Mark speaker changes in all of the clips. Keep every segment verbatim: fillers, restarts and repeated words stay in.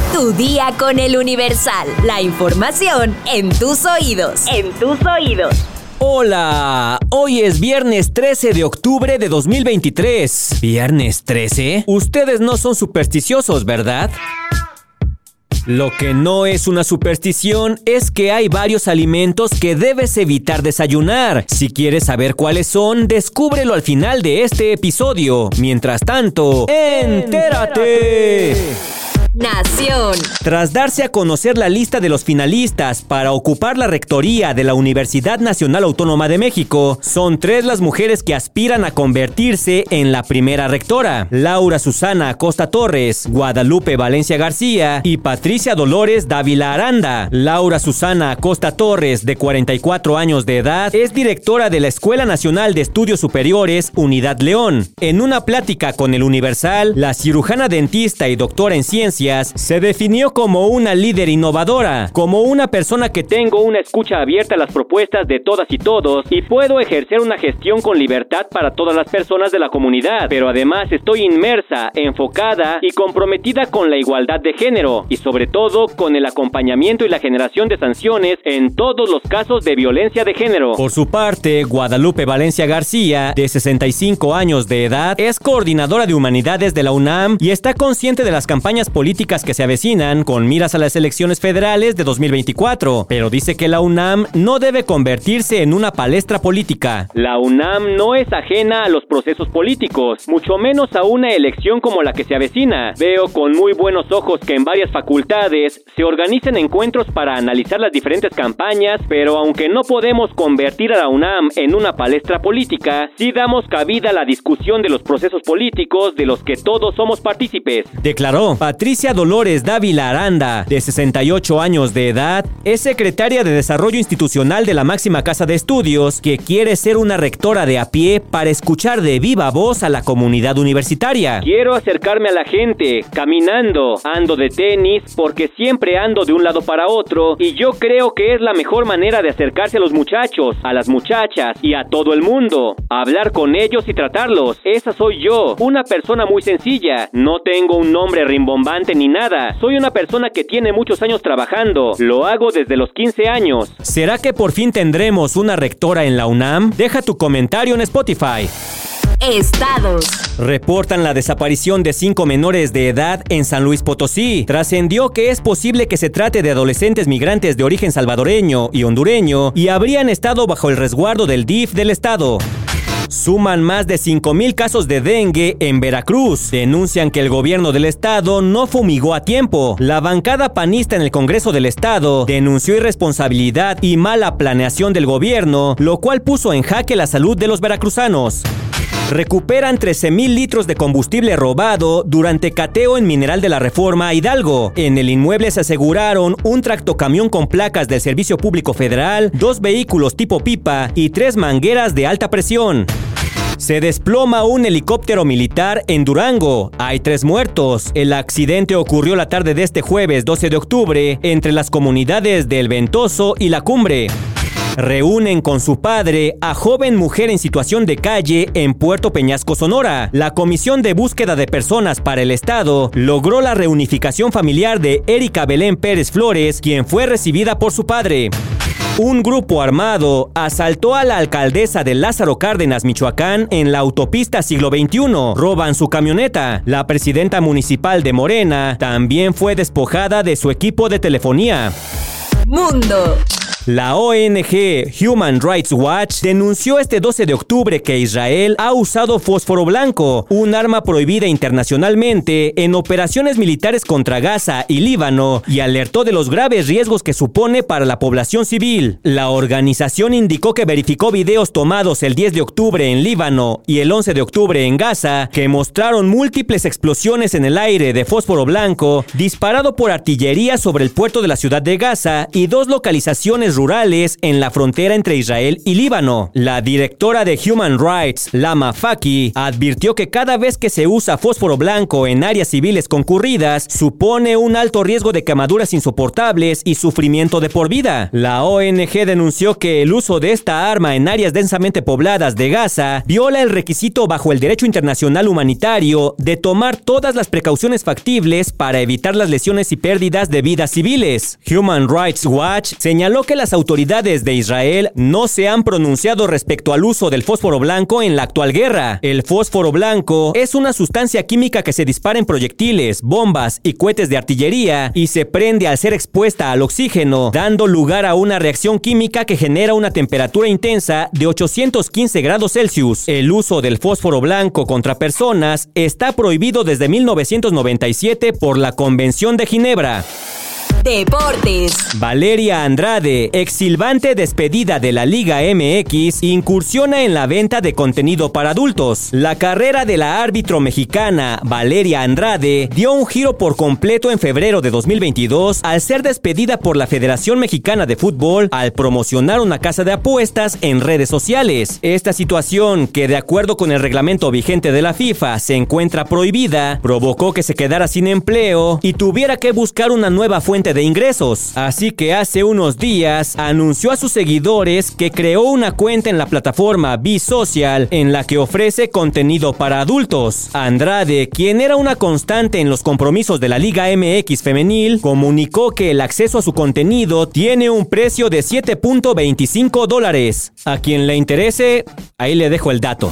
Speaker 1: Tu día con el Universal. La información en tus oídos. En tus oídos.
Speaker 2: Hola, hoy es viernes trece de octubre de dos mil veintitrés. ¿Viernes trece? Ustedes no son supersticiosos, ¿verdad? Lo que no es una superstición es que hay varios alimentos que debes evitar desayunar. Si quieres saber cuáles son, descúbrelo al final de este episodio. Mientras tanto, ¡entérate!
Speaker 1: Nación.
Speaker 2: Tras darse a conocer la lista de los finalistas para ocupar la rectoría de la Universidad Nacional Autónoma de México, son tres las mujeres que aspiran a convertirse en la primera rectora: Laura Susana Acosta Torres, Guadalupe Valencia García y Patricia Dolores Dávila Aranda. Laura Susana Acosta Torres, de cuarenta y cuatro años de edad, es directora de la Escuela Nacional de Estudios Superiores Unidad León. En una plática con El Universal, la cirujana dentista y doctora en ciencias se definió como una líder innovadora, como una persona que tengo una escucha abierta a las propuestas de todas y todos y puedo ejercer una gestión con libertad para todas las personas de la comunidad, pero además estoy inmersa, enfocada y comprometida con la igualdad de género y sobre todo con el acompañamiento y la generación de sanciones en todos los casos de violencia de género. Por su parte, Guadalupe Valencia García, de sesenta y cinco años de edad, es coordinadora de humanidades de la UNAM y está consciente de las campañas políticas que se avecinan con miras a las elecciones federales de dos mil veinticuatro, pero dice que la UNAM no debe convertirse en una palestra política. La UNAM no es ajena a los procesos políticos, mucho menos a una elección como la que se avecina. Veo con muy buenos ojos que en varias facultades se organicen encuentros para analizar las diferentes campañas, pero aunque no podemos convertir a la UNAM en una palestra política, sí damos cabida a la discusión de los procesos políticos de los que todos somos partícipes, declaró. Patricia Dolores Dávila Aranda, de sesenta y ocho años de edad, es secretaria de Desarrollo Institucional de la máxima casa de estudios, que quiere ser una rectora de a pie para escuchar de viva voz a la comunidad universitaria. Quiero acercarme a la gente, caminando, ando de tenis, porque siempre ando de un lado para otro, y yo creo que es la mejor manera de acercarse a los muchachos, a las muchachas y a todo el mundo. Hablar con ellos y tratarlos. Esa soy yo, una persona muy sencilla. No tengo un nombre rimbombante ni nada. Soy una persona que tiene muchos años trabajando. Lo hago desde los quince años. ¿Será que por fin tendremos una rectora en la UNAM? Deja tu comentario en Spotify.
Speaker 1: Estados.
Speaker 2: Reportan la desaparición de cinco menores de edad en San Luis Potosí. Trascendió que es posible que se trate de adolescentes migrantes de origen salvadoreño y hondureño y habrían estado bajo el resguardo del D I F del estado. Suman más de cinco mil casos de dengue en Veracruz. Denuncian que el gobierno del estado no fumigó a tiempo. La bancada panista en el Congreso del Estado denunció irresponsabilidad y mala planeación del gobierno, lo cual puso en jaque la salud de los veracruzanos. Recuperan trece mil litros de combustible robado durante cateo en Mineral de la Reforma, Hidalgo. En el inmueble se aseguraron un tractocamión con placas del Servicio Público Federal, dos vehículos tipo pipa y tres mangueras de alta presión. Se desploma un helicóptero militar en Durango. Hay tres muertos. El accidente ocurrió la tarde de este jueves doce de octubre entre las comunidades de El Ventoso y La Cumbre. Reúnen con su padre a joven mujer en situación de calle en Puerto Peñasco, Sonora. La Comisión de Búsqueda de Personas para el Estado logró la reunificación familiar de Erika Belén Pérez Flores, quien fue recibida por su padre. Un grupo armado asaltó a la alcaldesa de Lázaro Cárdenas, Michoacán, en la autopista Siglo veintiuno. Roban su camioneta. La presidenta municipal de Morena también fue despojada de su equipo de telefonía.
Speaker 1: Mundo.
Speaker 2: La O N G Human Rights Watch denunció este doce de octubre que Israel ha usado fósforo blanco, un arma prohibida internacionalmente, en operaciones militares contra Gaza y Líbano, y alertó de los graves riesgos que supone para la población civil. La organización indicó que verificó videos tomados el diez de octubre en Líbano y el once de octubre en Gaza, que mostraron múltiples explosiones en el aire de fósforo blanco disparado por artillería sobre el puerto de la ciudad de Gaza y dos localizaciones rurales en la frontera entre Israel y Líbano. La directora de Human Rights, Lama Faki, advirtió que cada vez que se usa fósforo blanco en áreas civiles concurridas, supone un alto riesgo de quemaduras insoportables y sufrimiento de por vida. La O N G denunció que el uso de esta arma en áreas densamente pobladas de Gaza viola el requisito bajo el derecho internacional humanitario de tomar todas las precauciones factibles para evitar las lesiones y pérdidas de vidas civiles. Human Rights Watch señaló que las autoridades de Israel no se han pronunciado respecto al uso del fósforo blanco en la actual guerra. El fósforo blanco es una sustancia química que se dispara en proyectiles, bombas y cohetes de artillería y se prende al ser expuesta al oxígeno, dando lugar a una reacción química que genera una temperatura intensa de ochocientos quince grados Celsius. El uso del fósforo blanco contra personas está prohibido desde mil novecientos noventa y siete por la Convención de Ginebra.
Speaker 1: Deportes.
Speaker 2: Valeria Andrade, ex silbante despedida de la Liga M X, incursiona en la venta de contenido para adultos. La carrera de la árbitro mexicana Valeria Andrade dio un giro por completo en febrero de dos mil veintidós al ser despedida por la Federación Mexicana de Fútbol al promocionar una casa de apuestas en redes sociales. Esta situación, que de acuerdo con el reglamento vigente de la FIFA se encuentra prohibida, provocó que se quedara sin empleo y tuviera que buscar una nueva fuente de ingresos. Así que hace unos días anunció a sus seguidores que creó una cuenta en la plataforma Be Social en la que ofrece contenido para adultos. Andrade, quien era una constante en los compromisos de la Liga M X femenil, comunicó que el acceso a su contenido tiene un precio de siete punto veinticinco dólares. A quien le interese, ahí le dejo el dato.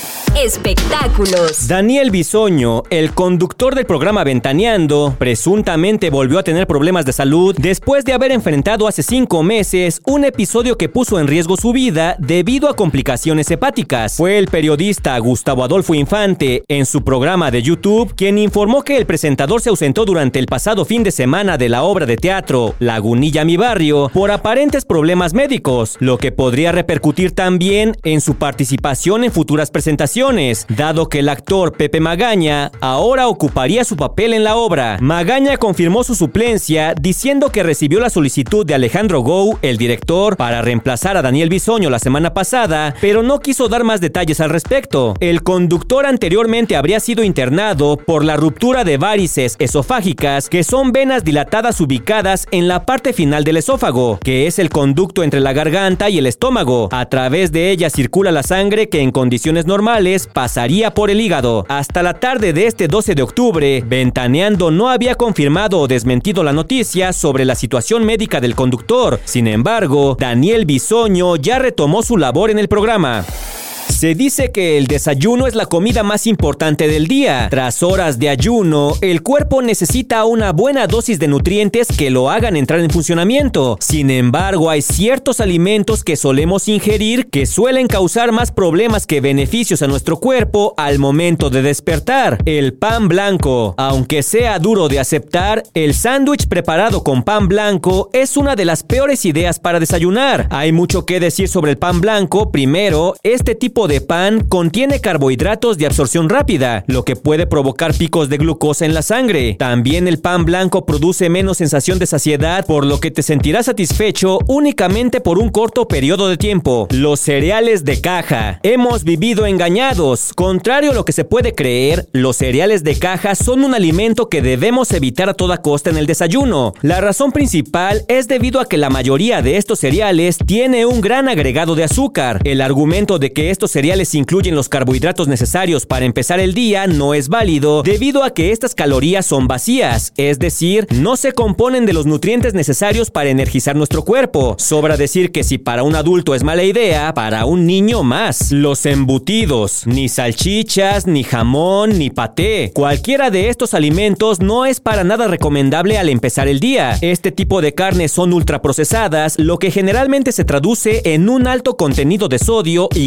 Speaker 1: Espectáculos.
Speaker 2: Daniel Bisoño, el conductor del programa Ventaneando, presuntamente volvió a tener problemas de salud después de haber enfrentado hace cinco meses un episodio que puso en riesgo su vida debido a complicaciones hepáticas. Fue el periodista Gustavo Adolfo Infante, en su programa de YouTube, quien informó que el presentador se ausentó durante el pasado fin de semana de la obra de teatro Lagunilla Mi Barrio por aparentes problemas médicos, lo que podría repercutir también en su participación en futuras presentaciones, dado que el actor Pepe Magaña ahora ocuparía su papel en la obra. Magaña confirmó su suplencia diciendo que recibió la solicitud de Alejandro Gou, el director, para reemplazar a Daniel Bisoño la semana pasada, pero no quiso dar más detalles al respecto. El conductor anteriormente habría sido internado por la ruptura de varices esofágicas, que son venas dilatadas ubicadas en la parte final del esófago, que es el conducto entre la garganta y el estómago. A través de ella circula la sangre que en condiciones normales pasaría por el hígado. Hasta la tarde de este doce de octubre, Ventaneando no había confirmado o desmentido la noticia sobre la situación médica del conductor. Sin embargo, Daniel Bisoño ya retomó su labor en el programa. Se dice que el desayuno es la comida más importante del día. Tras horas de ayuno, el cuerpo necesita una buena dosis de nutrientes que lo hagan entrar en funcionamiento. Sin embargo, hay ciertos alimentos que solemos ingerir que suelen causar más problemas que beneficios a nuestro cuerpo al momento de despertar. El pan blanco. Aunque sea duro de aceptar, el sándwich preparado con pan blanco es una de las peores ideas para desayunar. Hay mucho que decir sobre el pan blanco. Primero, este tipo de pan contiene carbohidratos de absorción rápida, lo que puede provocar picos de glucosa en la sangre. También el pan blanco produce menos sensación de saciedad, por lo que te sentirás satisfecho únicamente por un corto periodo de tiempo. Los cereales de caja. Hemos vivido engañados. Contrario a lo que se puede creer, los cereales de caja son un alimento que debemos evitar a toda costa en el desayuno. La razón principal es debido a que la mayoría de estos cereales tiene un gran agregado de azúcar. El argumento de que estos cereales incluyen los carbohidratos necesarios para empezar el día no es válido, debido a que estas calorías son vacías, es decir, no se componen de los nutrientes necesarios para energizar nuestro cuerpo. Sobra decir que si para un adulto es mala idea, para un niño más. Los embutidos, ni salchichas, ni jamón, ni paté. Cualquiera de estos alimentos no es para nada recomendable al empezar el día. Este tipo de carnes son ultraprocesadas, lo que generalmente se traduce en un alto contenido de sodio y grasas saturadas.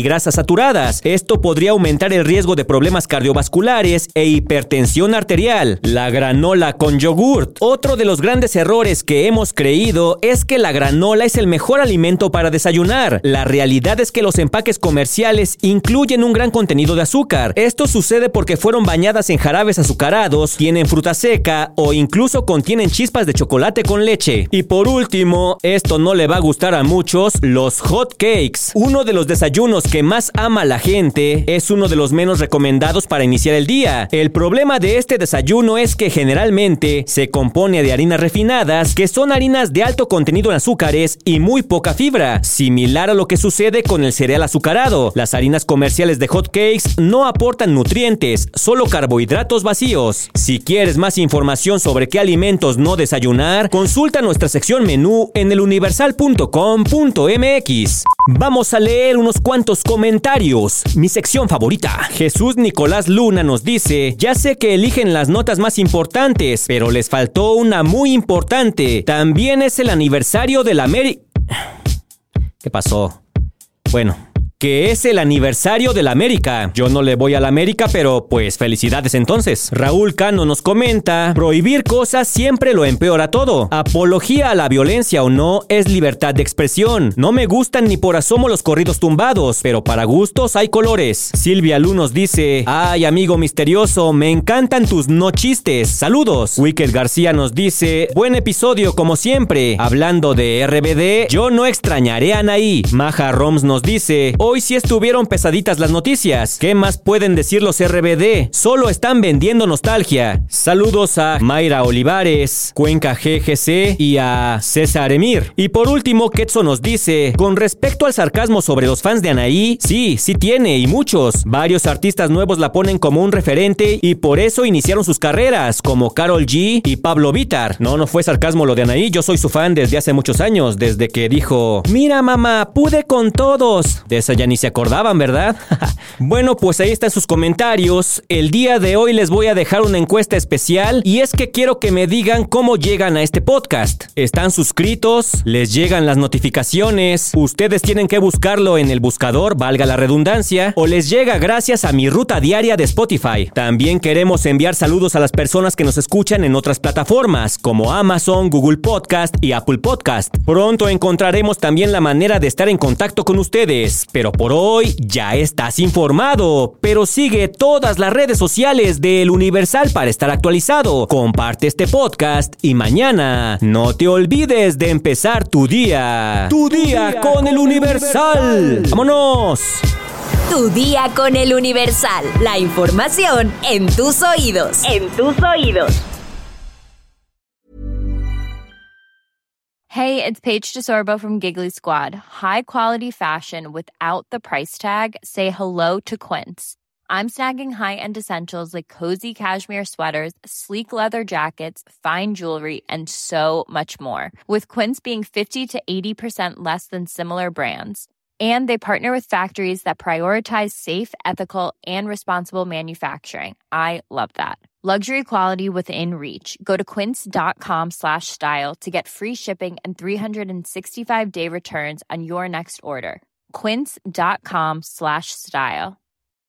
Speaker 2: saturadas. Esto podría aumentar el riesgo de problemas cardiovasculares e hipertensión arterial. La granola con yogurt. Otro de los grandes errores que hemos creído es que la granola es el mejor alimento para desayunar. La realidad es que los empaques comerciales incluyen un gran contenido de azúcar. Esto sucede porque fueron bañadas en jarabes azucarados, tienen fruta seca o incluso contienen chispas de chocolate con leche. Y por último, esto no le va a gustar a muchos, los hot cakes. Uno de los desayunos que más ama la gente es uno de los menos recomendados para iniciar el día. El problema de este desayuno es que generalmente se compone de harinas refinadas, que son harinas de alto contenido en azúcares y muy poca fibra, similar a lo que sucede con el cereal azucarado. Las harinas comerciales de hot cakes no aportan nutrientes, solo carbohidratos vacíos. Si quieres más información sobre qué alimentos no desayunar, consulta nuestra sección menú en el universal punto com punto m x. Vamos a leer unos cuantos comentarios. Mi sección favorita. Jesús Nicolás Luna nos dice: ya sé que eligen las notas más importantes, pero les faltó una muy importante. También es el aniversario de la América. ¿Qué pasó? Bueno, que es el aniversario de la América. Yo no le voy a la América, pero pues felicidades entonces. Raúl Cano nos comenta: prohibir cosas siempre lo empeora todo. Apología a la violencia o no es libertad de expresión. No me gustan ni por asomo los corridos tumbados, pero para gustos hay colores. Silvia Lu nos dice: ay, amigo misterioso, me encantan tus no chistes. Saludos. Wicked García nos dice: buen episodio como siempre. Hablando de R B D, yo no extrañaré a Anaí. Maja Roms nos dice: hoy sí estuvieron pesaditas las noticias. ¿Qué más pueden decir los R B D? Solo están vendiendo nostalgia. Saludos a Mayra Olivares, Cuenca G G C y a César Emir. Y por último, Ketso nos dice: con respecto al sarcasmo sobre los fans de Anaí, sí, sí tiene, y muchos. Varios artistas nuevos la ponen como un referente y por eso iniciaron sus carreras, como Karol G y Pablo Vittar. No, no fue sarcasmo lo de Anaí, yo soy su fan desde hace muchos años, desde que dijo: mira mamá, pude con todos. De esa ya ni se acordaban, ¿verdad? Bueno, pues ahí están sus comentarios. El día de hoy les voy a dejar una encuesta especial y es que quiero que me digan cómo llegan a este podcast. ¿Están suscritos? ¿Les llegan las notificaciones? ¿Ustedes tienen que buscarlo en el buscador, valga la redundancia? ¿O les llega gracias a mi ruta diaria de Spotify? También queremos enviar saludos a las personas que nos escuchan en otras plataformas como Amazon, Google Podcast y Apple Podcast. Pronto encontraremos también la manera de estar en contacto con ustedes. Pero por hoy ya estás informado, pero sigue todas las redes sociales de El Universal para estar actualizado. Comparte este podcast y mañana no te olvides de empezar tu día. Tu día con El Universal. ¡Vámonos!
Speaker 1: Tu día con El Universal. La información en tus oídos. En tus oídos.
Speaker 3: Hey, it's Paige DeSorbo from Giggly Squad. High quality fashion without the price tag. Say hello to Quince. I'm snagging high-end essentials like cozy cashmere sweaters, sleek leather jackets, fine jewelry, and so much more. With Quince being fifty to eighty percent less than similar brands. And they partner with factories that prioritize safe, ethical, and responsible manufacturing. I love that. Luxury quality within reach. Go to quince.com slash style to get free shipping and three sixty-five day returns on your next order. Quince.com slash style.